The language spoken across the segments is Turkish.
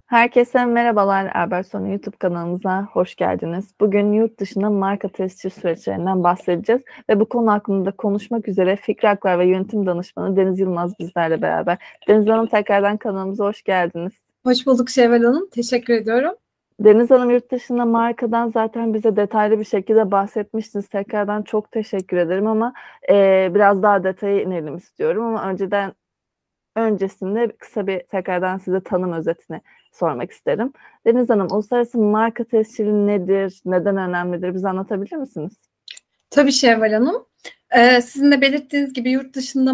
Herkese merhabalar. Albertson'un YouTube kanalımıza hoş geldiniz. Bugün yurt dışında marka tescil süreçlerinden bahsedeceğiz ve bu konu hakkında konuşmak üzere Fikri Aklar ve Yönetim Danışmanı Deniz Yılmaz bizlerle beraber. Deniz Hanım tekrardan kanalımıza hoş geldiniz. Hoş bulduk Şevval Hanım. Teşekkür ediyorum. Deniz Hanım yurt dışında markadan zaten bize detaylı bir şekilde bahsetmiştiniz. Tekrardan çok teşekkür ederim ama biraz daha detaya inelim istiyorum ama öncesinde kısa bir tekrardan size tanım özetini sormak isterim. Deniz Hanım, uluslararası marka tescili nedir, neden önemlidir? Bize anlatabilir misiniz? Tabii Şevval Hanım. Sizin de belirttiğiniz gibi yurt dışında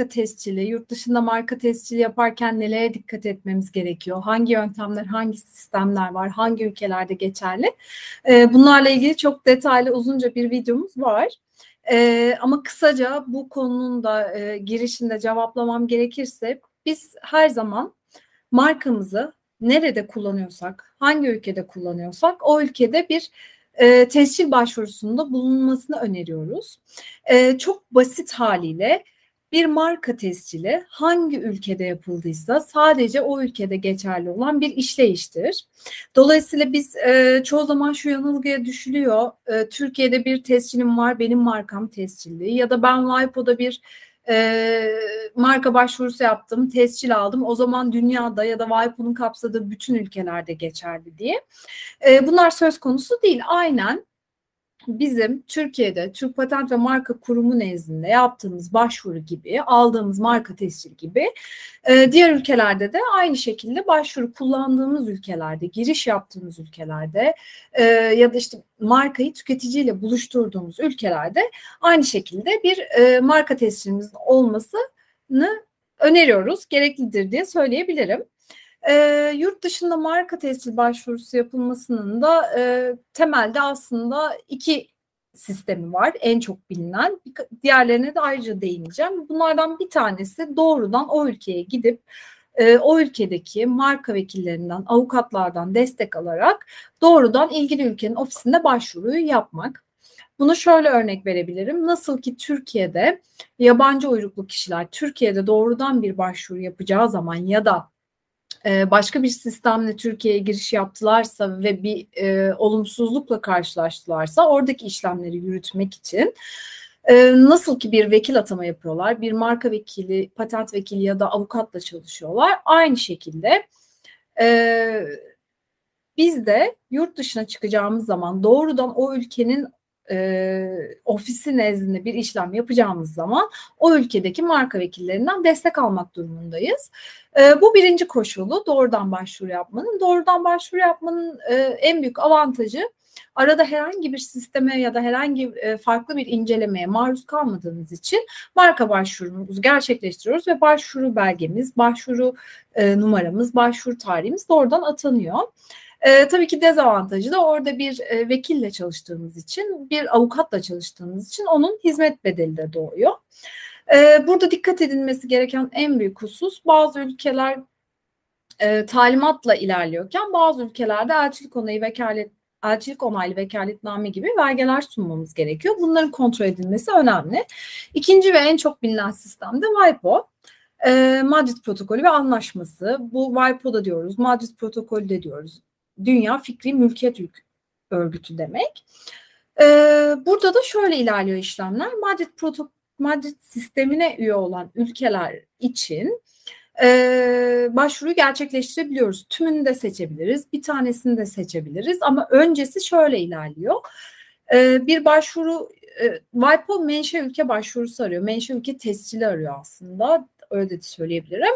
marka tescili yaparken nelere dikkat etmemiz gerekiyor? Hangi yöntemler, hangi sistemler var, hangi ülkelerde geçerli? Bunlarla ilgili çok detaylı, uzunca bir videomuz var. Ama kısaca bu konunun da girişinde cevaplamam gerekirse biz her zaman markamızı nerede kullanıyorsak, hangi ülkede kullanıyorsak o ülkede bir tescil başvurusunda bulunmasını öneriyoruz. Çok basit haliyle bir marka tescili hangi ülkede yapıldıysa sadece o ülkede geçerli olan bir işleyiştir. Dolayısıyla biz çoğu zaman şu yanılgıya düşülüyor. Türkiye'de bir tescilim var, benim markam tescilli ya da ben WIPO'da bir marka başvurusu yaptım, tescil aldım. O zaman dünyada ya da WIPO'nun kapsadığı bütün ülkelerde geçerli diye. Bunlar söz konusu değil. Aynen bizim Türkiye'de Türk Patent ve Marka Kurumu nezdinde yaptığımız başvuru gibi, aldığımız marka tescili gibi diğer ülkelerde de aynı şekilde başvuru kullandığımız ülkelerde, giriş yaptığımız ülkelerde ya da işte markayı tüketiciyle buluşturduğumuz ülkelerde aynı şekilde bir marka tescilimizin olmasını öneriyoruz, gereklidir diye söyleyebilirim. Yurt dışında marka tescil başvurusu yapılmasının da temelde aslında iki sistemi var. En çok bilinen. Diğerlerine de ayrıca değineceğim. Bunlardan bir tanesi doğrudan o ülkeye gidip o ülkedeki marka vekillerinden, avukatlardan destek alarak doğrudan ilgili ülkenin ofisinde başvuruyu yapmak. Bunu şöyle örnek verebilirim. Nasıl ki Türkiye'de yabancı uyruklu kişiler Türkiye'de doğrudan bir başvuru yapacağı zaman ya da başka bir sistemle Türkiye'ye giriş yaptılarsa ve bir olumsuzlukla karşılaştılarsa oradaki işlemleri yürütmek için nasıl ki bir vekil atama yapıyorlar, bir marka vekili, patent vekili ya da avukatla çalışıyorlar. Aynı şekilde biz de yurt dışına çıkacağımız zaman doğrudan o ülkenin ofisi nezdinde bir işlem yapacağımız zaman o ülkedeki marka vekillerinden destek almak durumundayız. Bu birinci koşulu doğrudan başvuru yapmanın. Doğrudan başvuru yapmanın en büyük avantajı arada herhangi bir sisteme ya da herhangi farklı bir incelemeye maruz kalmadığımız için marka başvurumuzu gerçekleştiriyoruz ve başvuru belgemiz, başvuru numaramız, başvuru tarihimiz doğrudan atanıyor. Tabii ki dezavantajı da orada bir vekille çalıştığımız için, bir avukatla çalıştığımız için onun hizmet bedeli de doğuyor. Burada dikkat edilmesi gereken en büyük husus bazı ülkeler talimatla ilerliyorken bazı ülkelerde elçilik onaylı vekaletname gibi belgeler sunmamız gerekiyor. Bunların kontrol edilmesi önemli. İkinci ve en çok bilinen sistem de WIPO. Madrid protokolü ve anlaşması. Bu WIPO'da diyoruz, Madrid protokolü de diyoruz. Dünya Fikri Mülkiyet Örgütü demek. Burada da şöyle ilerliyor işlemler. Madrid sistemine üye olan ülkeler için başvuruyu gerçekleştirebiliyoruz. Tümünü de seçebiliriz, bir tanesini de seçebiliriz ama öncesi şöyle ilerliyor. Bir başvuru, WIPO menşe ülke başvurusu arıyor. Menşe ülke tescili arıyor aslında. Öyle de söyleyebilirim.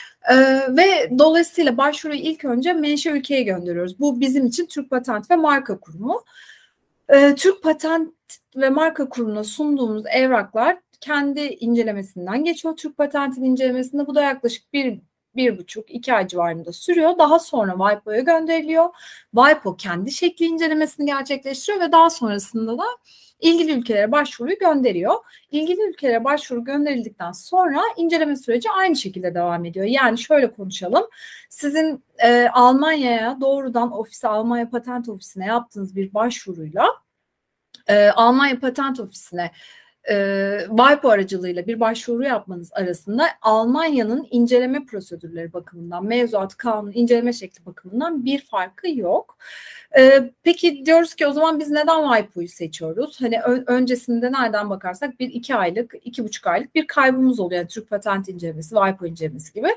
Ve dolayısıyla başvuruyu ilk önce menşe ülkeye gönderiyoruz. Bu bizim için Türk Patent ve Marka Kurumu. Türk Patent ve Marka Kurumu'na sunduğumuz evraklar kendi incelemesinden geçiyor. Türk Patent'in incelemesinde bu da yaklaşık 1,5-2 ay civarında sürüyor. Daha sonra WIPO'ya gönderiliyor. WIPO kendi şekli incelemesini gerçekleştiriyor ve daha sonrasında da ilgili ülkelere başvuruyu gönderiyor. İlgili ülkelere başvuru gönderildikten sonra inceleme süreci aynı şekilde devam ediyor. Yani şöyle konuşalım. Sizin Almanya'ya doğrudan Almanya Patent Ofisi'ne yaptığınız bir başvuruyla Almanya Patent Ofisi'ne WIPO aracılığıyla bir başvuru yapmanız arasında Almanya'nın inceleme prosedürleri bakımından, mevzuat kanunu inceleme şekli bakımından bir farkı yok. Peki diyoruz ki o zaman biz neden WIPO'yu seçiyoruz? Hani öncesinde nereden bakarsak 1-2 aylık, 2,5 aylık bir kaybımız oluyor. Yani Türk Patent İncelemesi, WIPO incelemesi gibi.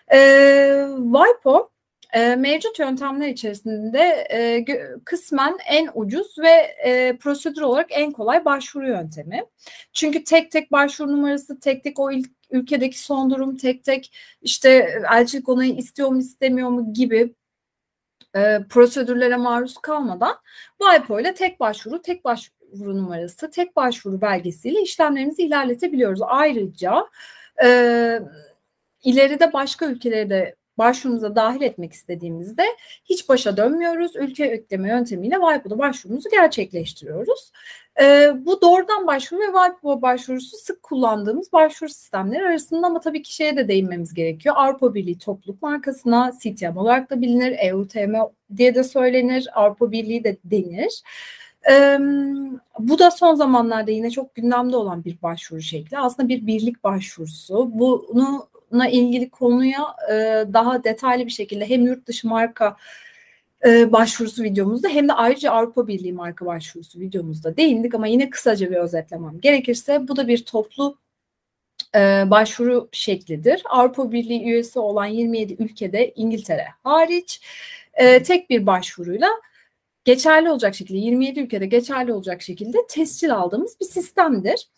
WIPO mevcut yöntemler içerisinde kısmen en ucuz ve prosedür olarak en kolay başvuru yöntemi. Çünkü tek tek başvuru numarası, tek tek o ülkedeki son durum, tek tek işte elçilik onayı istiyor mu istemiyor mu gibi prosedürlere maruz kalmadan WIPO ile tek başvuru numarası, tek başvuru belgesiyle işlemlerimizi ilerletebiliyoruz. Ayrıca ileride başka ülkeleri de başvurumuza dahil etmek istediğimizde hiç başa dönmüyoruz. Ülke ekleme yöntemiyle WIPO'da başvurumuzu gerçekleştiriyoruz. Bu doğrudan başvuru ve WIPO başvurusu sık kullandığımız başvuru sistemleri arasında, ama tabii ki şeye de değinmemiz gerekiyor. Avrupa Birliği topluluk markasına CTM olarak da bilinir, EUTM diye de söylenir, Avrupa Birliği de denir. Bu da son zamanlarda yine çok gündemde olan bir başvuru şekli. Aslında bir birlik başvurusu. Bununla ilgili konuya daha detaylı bir şekilde hem yurt dışı marka başvurusu videomuzda hem de ayrıca Avrupa Birliği marka başvurusu videomuzda değindik, ama yine kısaca bir özetlemem gerekirse bu da bir toplu başvuru şeklidir. Avrupa Birliği üyesi olan 27 ülkede İngiltere hariç tek bir başvuruyla geçerli olacak şekilde, 27 ülkede geçerli olacak şekilde tescil aldığımız bir sistemdir.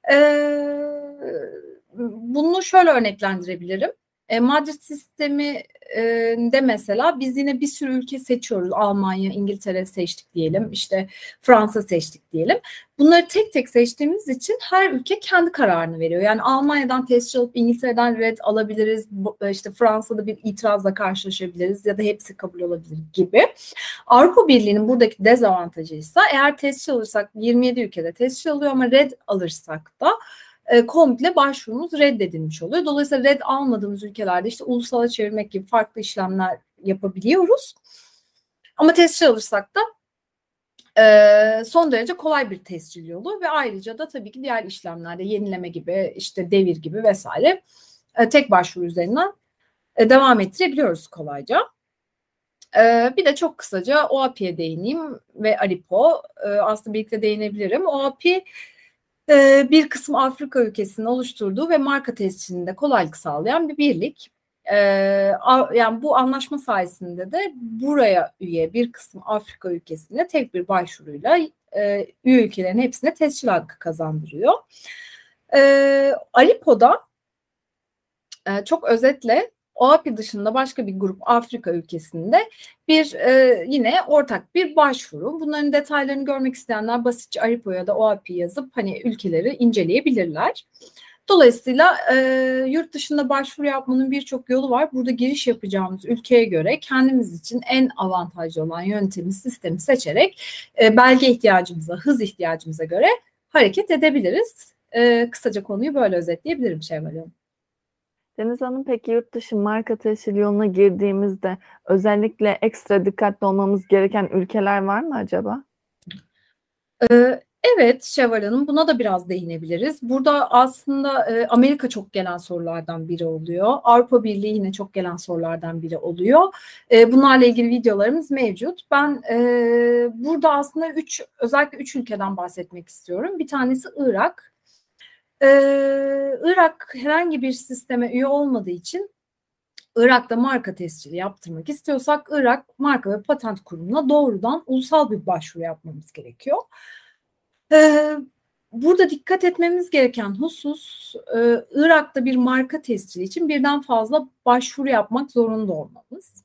Bunu şöyle örneklendirebilirim. Madrid sistemi de mesela biz yine bir sürü ülke seçiyoruz. Almanya, İngiltere seçtik diyelim, işte Fransa seçtik diyelim. Bunları tek tek seçtiğimiz için her ülke kendi kararını veriyor. Yani Almanya'dan tescil alıp İngiltere'den red alabiliriz. İşte Fransa'da bir itirazla karşılaşabiliriz ya da hepsi kabul olabilir gibi. Avrupa Birliği'nin buradaki dezavantajı ise eğer tescil alırsak 27 ülkede tescil alıyor, ama red alırsak da komple başvurumuz reddedilmiş oluyor. Dolayısıyla red almadığımız ülkelerde işte ulusala çevirmek gibi farklı işlemler yapabiliyoruz. Ama tescil alırsak da son derece kolay bir tescil yolu ve ayrıca da tabii ki diğer işlemlerde yenileme gibi, işte devir gibi vesaire tek başvuru üzerinden devam ettirebiliyoruz kolayca. Bir de çok kısaca OAPI'ye değineyim ve ARIPO. Aslında birlikte değinebilirim. OAPI bir kısım Afrika ülkesinin oluşturduğu ve marka tescilinde kolaylık sağlayan bir birlik. Yani bu anlaşma sayesinde de buraya üye bir kısım Afrika ülkesine tek bir başvuruyla üye ülkelerin hepsine tescil hakkı kazandırıyor. ARIPO'da çok özetle OAPI dışında başka bir grup Afrika ülkesinde yine ortak bir başvuru. Bunların detaylarını görmek isteyenler basitçe ARIPO ya da OAPI yazıp hani ülkeleri inceleyebilirler. Dolayısıyla yurt dışında başvuru yapmanın birçok yolu var. Burada giriş yapacağımız ülkeye göre kendimiz için en avantajlı olan yöntemi, sistemi seçerek belge ihtiyacımıza, hız ihtiyacımıza göre hareket edebiliriz. Kısaca konuyu böyle özetleyebilirim Şevval Hanım. Deniz Hanım, peki yurt dışı marka tescili yoluna girdiğimizde özellikle ekstra dikkatli olmamız gereken ülkeler var mı acaba? Evet Şevval Hanım, buna da biraz değinebiliriz. Burada aslında Amerika çok gelen sorulardan biri oluyor. Avrupa Birliği yine çok gelen sorulardan biri oluyor. Bunlarla ilgili videolarımız mevcut. Ben burada aslında özellikle 3 ülkeden bahsetmek istiyorum. Bir tanesi Irak. Irak herhangi bir sisteme üye olmadığı için Irak'ta marka tescili yaptırmak istiyorsak Irak Marka ve Patent Kurumu'na doğrudan ulusal bir başvuru yapmamız gerekiyor. Burada dikkat etmemiz gereken husus, Irak'ta bir marka tescili için birden fazla başvuru yapmak zorunda olmamız.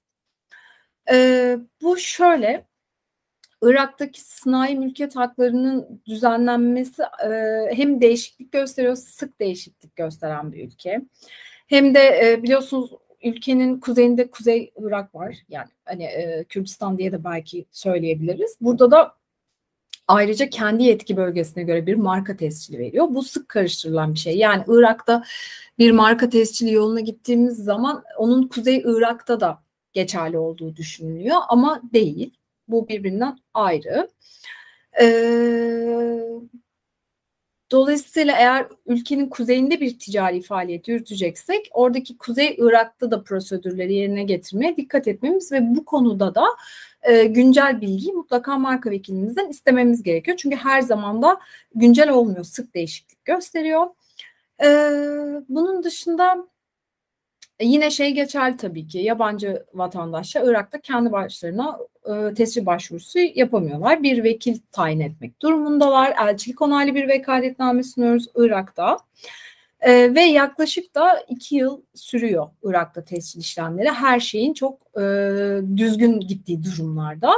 Bu şöyle, Irak'taki sınai mülkiyet haklarının düzenlenmesi hem değişiklik gösteriyor, sık değişiklik gösteren bir ülke. Hem de biliyorsunuz ülkenin kuzeyinde Kuzey Irak var. Yani hani Kürdistan diye de belki söyleyebiliriz. Burada da ayrıca kendi yetki bölgesine göre bir marka tescili veriyor. Bu sık karıştırılan bir şey. Yani Irak'ta bir marka tescili yoluna gittiğimiz zaman onun Kuzey Irak'ta da geçerli olduğu düşünülüyor ama değil. Bu birbirinden ayrı. Dolayısıyla eğer ülkenin kuzeyinde bir ticari faaliyet yürüteceksek oradaki Kuzey Irak'ta da prosedürleri yerine getirmeye dikkat etmemiz ve bu konuda da güncel bilgiyi mutlaka marka vekilimizden istememiz gerekiyor. Çünkü her zaman da güncel olmuyor, sık değişiklik gösteriyor. Bunun dışında yine geçerli tabii ki, yabancı vatandaşlar Irak'ta kendi başlarına tescil başvurusu yapamıyorlar. Bir vekil tayin etmek durumundalar. Elçilik onaylı bir vekaletname sunuyoruz Irak'ta. Ve yaklaşık da 2 yıl sürüyor Irak'ta tescil işlemleri. Her şeyin çok düzgün gittiği durumlarda.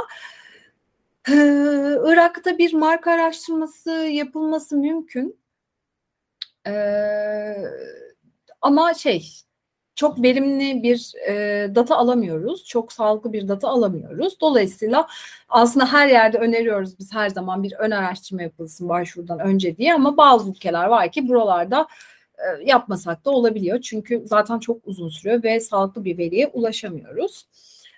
Irak'ta bir marka araştırması yapılması mümkün. Ama çok verimli bir data alamıyoruz. Çok sağlıklı bir data alamıyoruz. Dolayısıyla aslında her yerde öneriyoruz biz her zaman bir ön araştırma yapılsın başvurudan önce diye, ama bazı ülkeler var ki buralarda yapmasak da olabiliyor. Çünkü zaten çok uzun sürüyor ve sağlıklı bir veriye ulaşamıyoruz.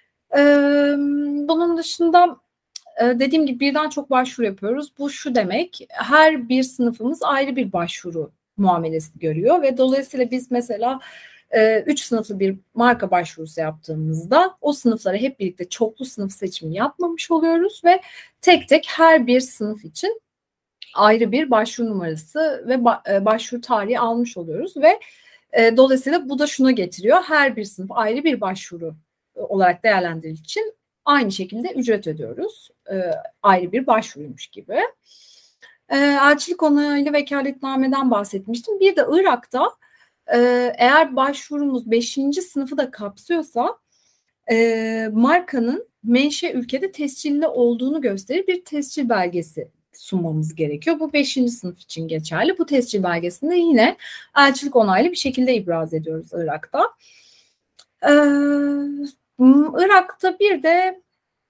Bunun dışında dediğim gibi birden çok başvuru yapıyoruz. Bu şu demek, her bir sınıfımız ayrı bir başvuru muamelesi görüyor ve dolayısıyla biz mesela 3 sınıflı bir marka başvurusu yaptığımızda o sınıflara hep birlikte çoklu sınıf seçimi yapmamış oluyoruz ve tek tek her bir sınıf için ayrı bir başvuru numarası ve başvuru tarihi almış oluyoruz ve dolayısıyla bu da şuna getiriyor, her bir sınıf ayrı bir başvuru olarak değerlendirildiği için aynı şekilde ücret ödüyoruz. Ayrı bir başvuruymuş gibi. Elçilik onaylı vekaletnameden bahsetmiştim. Bir de Irak'ta eğer başvurumuz 5. sınıfı da kapsıyorsa markanın menşe ülkede tescilli olduğunu gösterir bir tescil belgesi sunmamız gerekiyor. Bu 5. sınıf için geçerli. Bu tescil belgesinde yine elçilik onaylı bir şekilde ibraz ediyoruz Irak'ta. Irak'ta bir de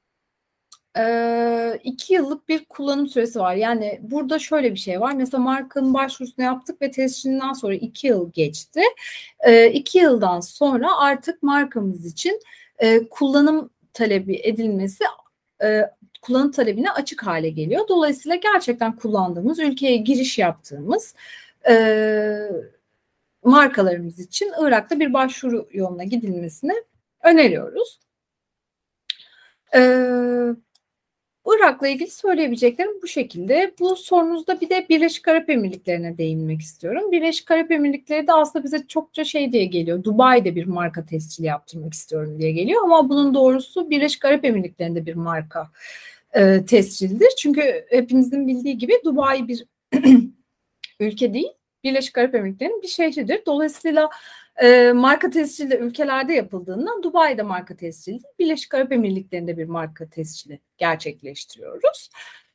2 yıllık bir kullanım süresi var. Yani burada şöyle bir şey var. Mesela markanın başvurusunu yaptık ve tescilinden sonra 2 yıl geçti. 2 yıldan sonra artık markamız için kullanım talebi edilmesi kullanım talebine açık hale geliyor. Dolayısıyla gerçekten kullandığımız, ülkeye giriş yaptığımız markalarımız için Irak'ta bir başvuru yoluna gidilmesini öneriyoruz. Irak'la ilgili söyleyebileceklerim bu şekilde. Bu sorunuzda bir de Birleşik Arap Emirlikleri'ne değinmek istiyorum. Birleşik Arap Emirlikleri de aslında bize çokça diye geliyor. Dubai'de bir marka tescili yaptırmak istiyorum diye geliyor. Ama bunun doğrusu Birleşik Arap Emirlikleri'nde bir marka tescildir. Çünkü hepimizin bildiği gibi Dubai bir ülke değil, Birleşik Arap Emirlikleri'nin bir şehridir. Dolayısıyla marka tescili de ülkelerde yapıldığından Dubai'de marka tescili, Birleşik Arap Emirlikleri'nde bir marka tescili gerçekleştiriyoruz.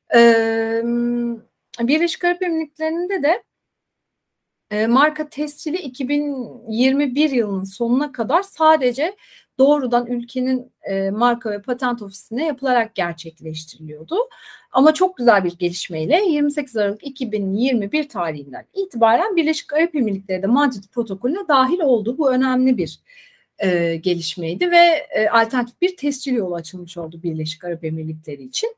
Birleşik Arap Emirlikleri'nde de marka tescili 2021 yılının sonuna kadar sadece doğrudan ülkenin marka ve patent ofisine yapılarak gerçekleştiriliyordu. Ama çok güzel bir gelişmeyle 28 Aralık 2021 tarihinden itibaren Birleşik Arap Emirlikleri de Madrid protokolüne dahil oldu. Bu önemli bir gelişmeydi ve alternatif bir tescil yolu açılmış oldu Birleşik Arap Emirlikleri için.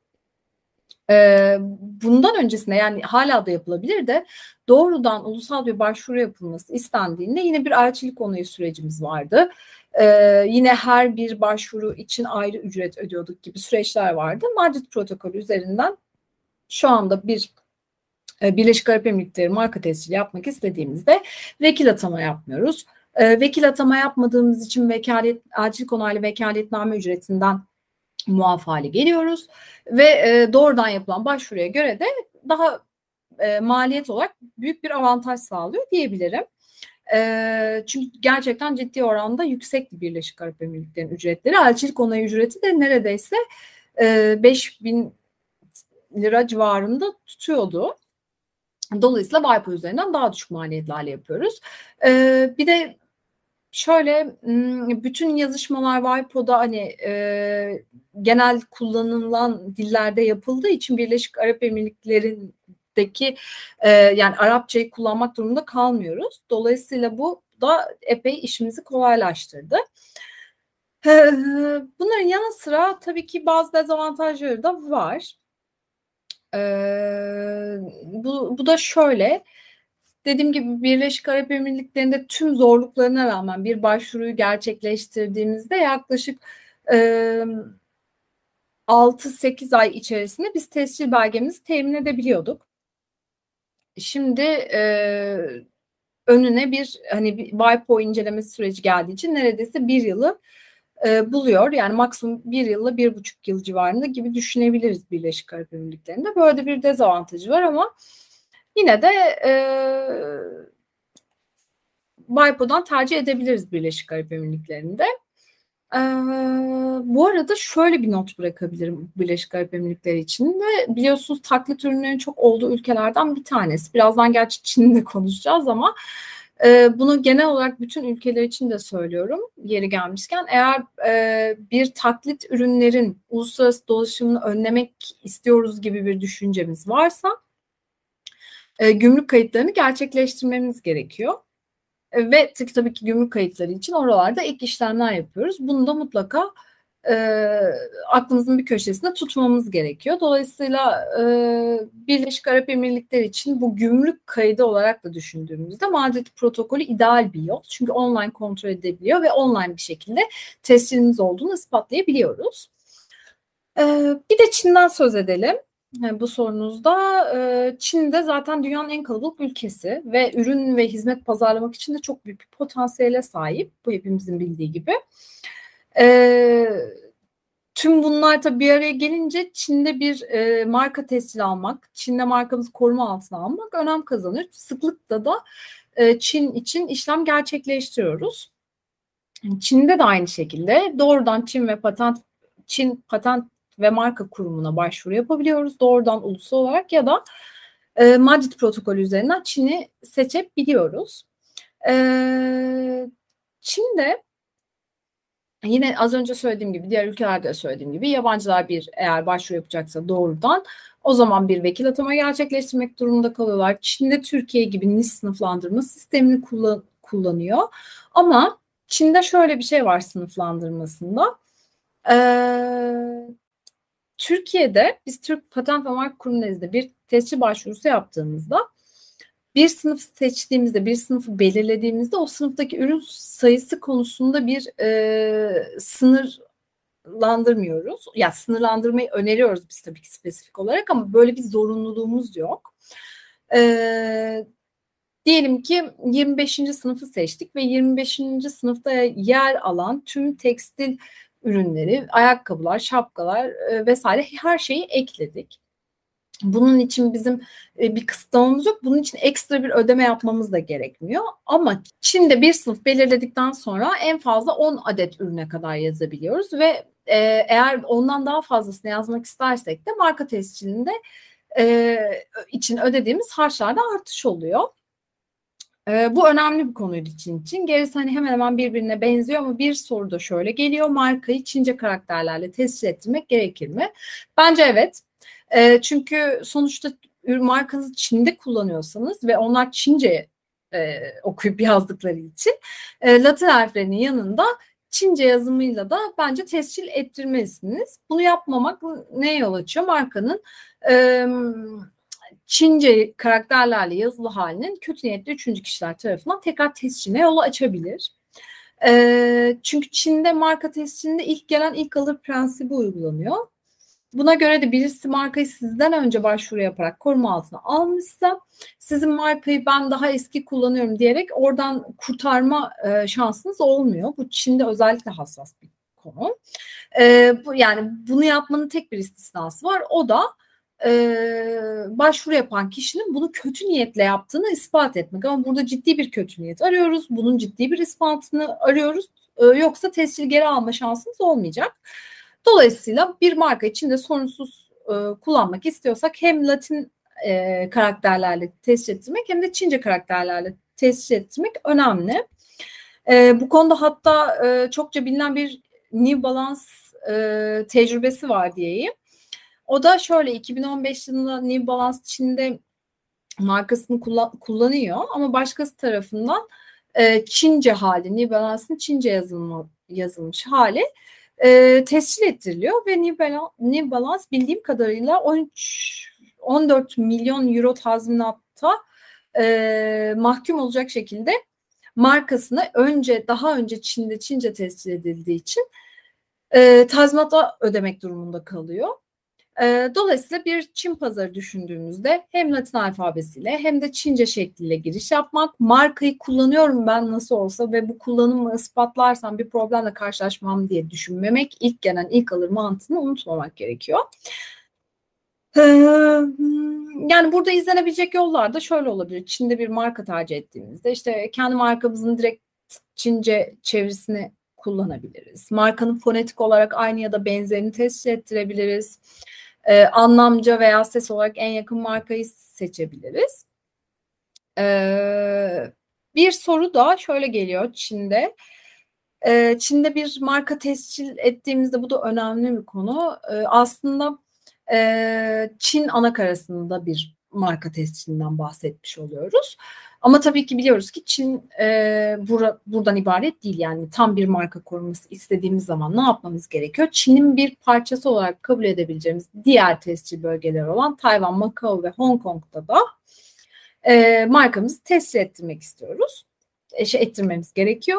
Bundan öncesinde, yani hala da yapılabilir de, doğrudan ulusal bir başvuru yapılması istendiğinde yine bir elçilik onayı sürecimiz vardı. Yine her bir başvuru için ayrı ücret ödüyorduk gibi süreçler vardı. Madrid protokolü üzerinden şu anda bir Birleşik Arap Emirlikleri marka tescili yapmak istediğimizde vekil atama yapmıyoruz. Vekil atama yapmadığımız için elçilik onaylı vekaletname ücretinden muaf hale geliyoruz ve doğrudan yapılan başvuruya göre de daha maliyet olarak büyük bir avantaj sağlıyor diyebilirim. Çünkü gerçekten ciddi oranda yüksekti Birleşik Arap Emirlikleri'nin ücretleri. Elçilik onayı ücreti de neredeyse 5.000 lira civarında tutuyordu. Dolayısıyla WIPO üzerinden daha düşük maliyetlerle yapıyoruz. Bir de şöyle, bütün yazışmalar WIPO'da hani genel kullanılan dillerde yapıldığı için Birleşik Arap Emirlikleri'ndeki yani Arapçayı kullanmak durumunda kalmıyoruz. Dolayısıyla bu da epey işimizi kolaylaştırdı. Bunların yanı sıra tabii ki bazı dezavantajları da var. Bu da şöyle. Dediğim gibi Birleşik Arap Emirlikleri'nde tüm zorluklarına rağmen bir başvuruyu gerçekleştirdiğimizde yaklaşık 6-8 ay içerisinde biz tescil belgemizi temin edebiliyorduk. Şimdi önüne bir WIPO incelemesi süreci geldiği için neredeyse bir yılı buluyor. Yani maksimum bir yılla 1,5 yıl civarında gibi düşünebiliriz Birleşik Arap Emirlikleri'nde. Böyle bir dezavantajı var ama yine de WIPO'dan tercih edebiliriz Birleşik Arap Emirlikleri'nde. Bu arada şöyle bir not bırakabilirim Birleşik Arap Emirlikleri için de. Biliyorsunuz taklit ürünlerin çok olduğu ülkelerden bir tanesi. Birazdan gerçi Çin'de konuşacağız ama bunu genel olarak bütün ülkeler için de söylüyorum yeri gelmişken. Eğer bir taklit ürünlerin uluslararası dolaşımını önlemek istiyoruz gibi bir düşüncemiz varsa gümrük kayıtlarını gerçekleştirmemiz gerekiyor. Ve tabii ki gümrük kayıtları için oralarda ek işlemler yapıyoruz. Bunu da mutlaka aklımızın bir köşesinde tutmamız gerekiyor. Dolayısıyla Birleşik Arap Emirlikleri için bu gümrük kaydı olarak da düşündüğümüzde Madrid protokolü ideal bir yol. Çünkü online kontrol edebiliyor ve online bir şekilde tescilimiz olduğunu ispatlayabiliyoruz. Bir de Çin'den söz edelim. Bu sorunuzda Çin'de zaten dünyanın en kalabalık ülkesi ve ürün ve hizmet pazarlamak için de çok büyük bir potansiyele sahip. Bu hepimizin bildiği gibi. Tüm bunlar tabii bir araya gelince Çin'de bir marka tescili almak, Çin'de markamızı koruma altına almak önem kazanıyor. Sıklıkla da Çin için işlem gerçekleştiriyoruz. Çin'de de aynı şekilde doğrudan Çin Patent ve Marka Kurumu'na başvuru yapabiliyoruz. Doğrudan ulusal olarak ya da Madrid protokolü üzerinden Çin'i seçebiliyoruz. Çin'de yine az önce söylediğim gibi, diğer ülkelerde de söylediğim gibi yabancılar eğer başvuru yapacaksa doğrudan o zaman bir vekil atama gerçekleştirmek durumunda kalıyorlar. Çin'de Türkiye gibi NIS sınıflandırma sistemini kullanıyor. Ama Çin'de şöyle bir şey var sınıflandırmasında. Türkiye'de biz Türk Patent ve Marka Kurumu nezdinde bir tescil başvurusu yaptığımızda bir sınıf seçtiğimizde, bir sınıfı belirlediğimizde o sınıftaki ürün sayısı konusunda bir sınırlandırmıyoruz. Ya sınırlandırmayı öneriyoruz biz tabii ki spesifik olarak ama böyle bir zorunluluğumuz yok. Diyelim ki 25. sınıfı seçtik ve 25. sınıfta yer alan tüm tekstil ürünleri, ayakkabılar, şapkalar vesaire her şeyi ekledik. Bunun için bizim bir kısıtlamamız yok. Bunun için ekstra bir ödeme yapmamız da gerekmiyor. Ama Çin'de bir sınıf belirledikten sonra en fazla 10 adet ürüne kadar yazabiliyoruz ve eğer ondan daha fazlasını yazmak istersek de marka tescilinde için ödediğimiz harçlarda artış oluyor. Bu önemli bir konuydu Çin için. Gerisi hemen hemen birbirine benziyor ama bir soru da şöyle geliyor. Markayı Çince karakterlerle tescil ettirmek gerekir mi? Bence evet. Çünkü sonuçta markanızı Çin'de kullanıyorsanız ve onlar Çince okuyup yazdıkları için Latin harflerinin yanında Çince yazımıyla da bence tescil ettirmelisiniz. Bunu yapmamak neye yol açıyor? Markanın Çince karakterlerle yazılı halinin kötü niyetli üçüncü kişiler tarafından tekrar tesciline yol açabilir. Çünkü Çin'de marka tescilinde ilk gelen ilk alır prensibi uygulanıyor. Buna göre de birisi markayı sizden önce başvuru yaparak koruma altına almışsa sizin markayı ben daha eski kullanıyorum diyerek oradan kurtarma şansınız olmuyor. Bu Çin'de özellikle hassas bir konu. Yani bunu yapmanın tek bir istisnası var. O da başvuru yapan kişinin bunu kötü niyetle yaptığını ispat etmek. Ama burada ciddi bir kötü niyet arıyoruz. Bunun ciddi bir ispatını arıyoruz. Yoksa tescil geri alma şansınız olmayacak. Dolayısıyla bir marka içinde sorunsuz kullanmak istiyorsak hem Latin karakterlerle tescil ettirmek hem de Çince karakterlerle tescil ettirmek önemli. Bu konuda hatta çokça bilinen bir New Balance tecrübesi var diyeyim. O da şöyle 2015 yılında New Balance Çin'de markasını kullanıyor ama başkası tarafından Çince hali, New Balance'ın Çince yazılmış hali tescil ettiriliyor ve New Balance bildiğim kadarıyla 14 milyon euro tazminatta mahkum olacak şekilde markasını daha önce Çince tescil edildiği için tazminata ödemek durumunda kalıyor. Dolayısıyla bir Çin pazarı düşündüğümüzde hem Latin alfabesiyle hem de Çince şekliyle giriş yapmak, markayı kullanıyorum ben nasıl olsa ve bu kullanımı ispatlarsam bir problemle karşılaşmam diye düşünmemek, ilk gelen ilk alır mantığını unutmamak gerekiyor. Yani burada izlenebilecek yollar da şöyle olabilir. Çin'de bir marka tercih ettiğimizde işte kendi markamızın direkt Çince çevirisini kullanabiliriz. Markanın fonetik olarak aynı ya da benzerini tescil ettirebiliriz. Anlamca veya ses olarak en yakın markayı seçebiliriz. Bir soru da şöyle geliyor Çin'de. Çin'de bir marka tescil ettiğimizde bu da önemli bir konu. Aslında Çin anakarasında bir marka tescilinden bahsetmiş oluyoruz. Ama tabii ki biliyoruz ki Çin buradan ibaret değil. Yani tam bir marka koruması istediğimiz zaman ne yapmamız gerekiyor? Çin'in bir parçası olarak kabul edebileceğimiz diğer tescil bölgeleri olan Tayvan, Macao ve Hong Kong'da da markamızı tescil ettirmek istiyoruz. Ettirmemiz gerekiyor.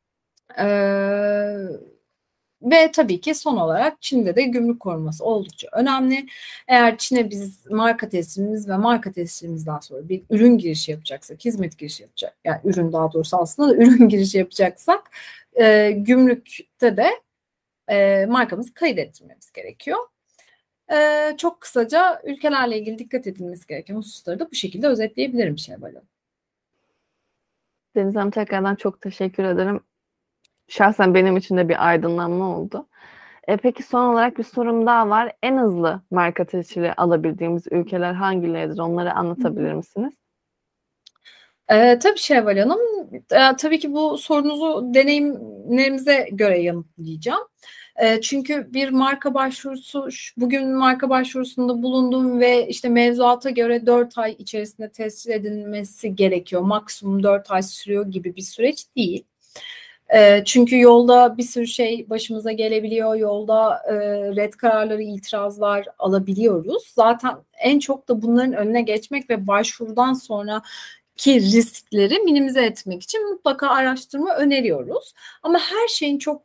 Ve tabii ki son olarak Çin'de de gümrük koruması oldukça önemli. Eğer Çin'e biz marka tescilimiz ve marka tescilimizden sonra bir ürün girişi yapacaksak, hizmet girişi yapacak, yani ürün daha doğrusu aslında da ürün girişi yapacaksak gümrükte de markamızı kaydettirmemiz gerekiyor. Çok kısaca ülkelerle ilgili dikkat edilmesi gereken hususları da bu şekilde özetleyebilirim Şevval Hanım. Deniz Hanım, tekrardan çok teşekkür ederim. Şahsen benim için de bir aydınlanma oldu. Peki son olarak bir sorum daha var. En hızlı marka tescili alabildiğimiz ülkeler hangileridir? Onları anlatabilir misiniz? Tabii Şevval Hanım. Tabii ki bu sorunuzu deneyimlerimize göre yanıtlayacağım. Çünkü bir marka başvurusu, bugün marka başvurusunda bulundum ve işte mevzuata göre 4 ay içerisinde tescil edilmesi gerekiyor. Maksimum 4 ay sürüyor gibi bir süreç değil. Çünkü yolda bir sürü şey başımıza gelebiliyor. Yolda red kararları, itirazlar alabiliyoruz. Zaten en çok da bunların önüne geçmek ve başvurudan sonraki riskleri minimize etmek için mutlaka araştırma öneriyoruz. Ama her şeyin çok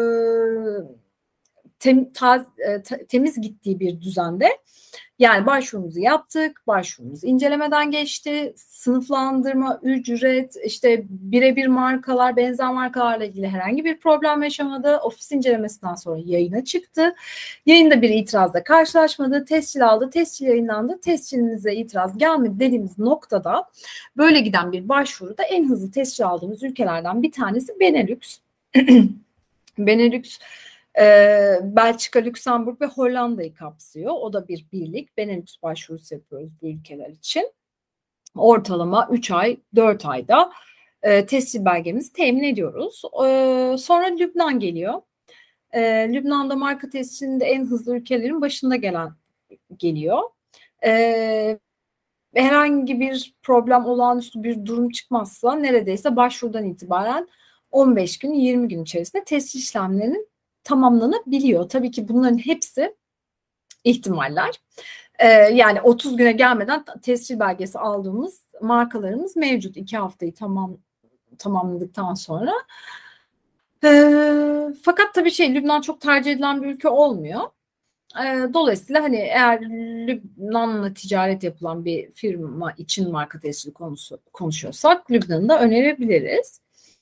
temiz gittiği bir düzende, yani başvurumuzu yaptık, başvurumuz incelemeden geçti, sınıflandırma, ücret, işte birebir markalar, benzer markalarla ilgili herhangi bir problem yaşamadı. Ofis incelemesinden sonra yayına çıktı. Yayında bir itirazla karşılaşmadı, tescil aldı, tescil yayınlandı, tescilinize itiraz gelmedi dediğimiz noktada böyle giden bir başvuruda en hızlı tescil aldığımız ülkelerden bir tanesi Benelux. Benelux Belçika, Lüksemburg ve Hollanda'yı kapsıyor. O da bir birlik. Benelux başvurusu yapıyoruz bu ülkeler için. Ortalama 3 ay, 4 ayda tescil belgemizi temin ediyoruz. Sonra Lübnan geliyor. Lübnan'da marka tescilinde en hızlı ülkelerin başında geliyor. Herhangi bir problem, olağanüstü bir durum çıkmazsa neredeyse başvurudan itibaren 15 gün, 20 gün içerisinde tescil işlemlerinin tamamlanabiliyor. Tabii ki bunların hepsi ihtimaller. Yani 30 güne gelmeden tescil belgesi aldığımız markalarımız mevcut. 2 haftayı tamamladıktan sonra. Fakat tabii Lübnan çok tercih edilen bir ülke olmuyor. Dolayısıyla hani eğer Lübnan'la ticaret yapılan bir firma için marka tescili konuşuyorsak Lübnan'ı da önerebiliriz.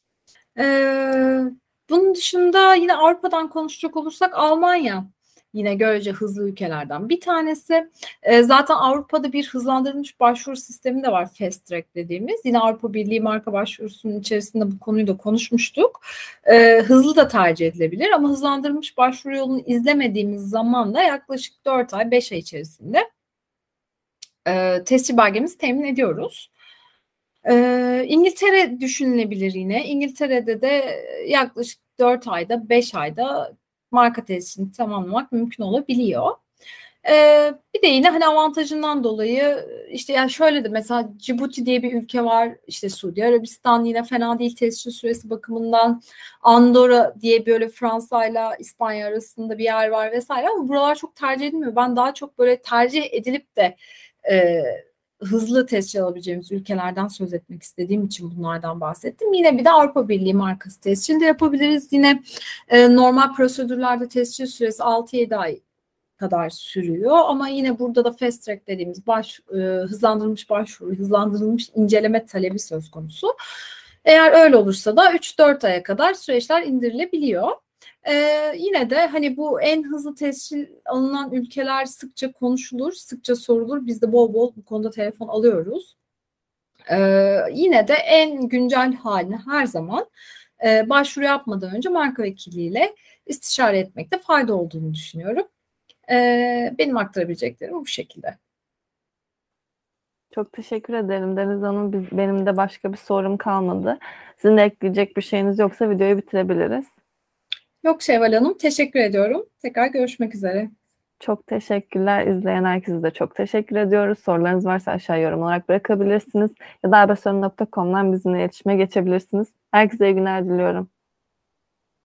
Bunun dışında yine Avrupa'dan konuşacak olursak Almanya yine görece hızlı ülkelerden bir tanesi. Zaten Avrupa'da bir hızlandırılmış başvuru sistemi de var, Fast Track dediğimiz. Yine Avrupa Birliği marka başvurusunun içerisinde bu konuyu da konuşmuştuk. Hızlı da tercih edilebilir ama hızlandırılmış başvuru yolunu izlemediğimiz zaman da yaklaşık 4 ay, 5 ay içerisinde tescil belgemizi temin ediyoruz. İngiltere düşünülebilir yine. İngiltere'de de yaklaşık 4 ayda, 5 ayda marka tescilini tamamlamak mümkün olabiliyor. Bir de yine hani avantajından dolayı işte yani şöyle de mesela Cibuti diye bir ülke var. İşte Suudi Arabistan yine fena değil tescil süresi bakımından. Andorra diye böyle Fransa ile İspanya arasında bir yer var vesaire ama buralar çok tercih edilmiyor. Ben daha çok böyle tercih edilip de e, hızlı tescil alabileceğimiz ülkelerden söz etmek istediğim için bunlardan bahsettim. Yine bir de Avrupa Birliği markası tescil de yapabiliriz. Yine normal prosedürlerde tescil süresi 6-7 ay kadar sürüyor ama yine burada da fast track dediğimiz hızlandırılmış başvuru, hızlandırılmış inceleme talebi söz konusu. Eğer öyle olursa da 3-4 aya kadar süreçler indirilebiliyor. Yine de hani bu en hızlı tescil alınan ülkeler sıkça konuşulur, sıkça sorulur. Biz de bol bol bu konuda telefon alıyoruz. Yine de en güncel halini her zaman başvuru yapmadan önce marka vekiliyle istişare etmekte fayda olduğunu düşünüyorum. Benim aktarabileceklerim bu şekilde. Çok teşekkür ederim Deniz Hanım. Benim de başka bir sorum kalmadı. Sizin de ekleyecek bir şeyiniz yoksa videoyu bitirebiliriz. Yok Şevval Hanım, teşekkür ediyorum. Tekrar görüşmek üzere. Çok teşekkürler. İzleyen herkese de çok teşekkür ediyoruz. Sorularınız varsa aşağı yorum olarak bırakabilirsiniz. Ya da abesörün.com'dan bizimle iletişime geçebilirsiniz. Herkese iyi günler diliyorum.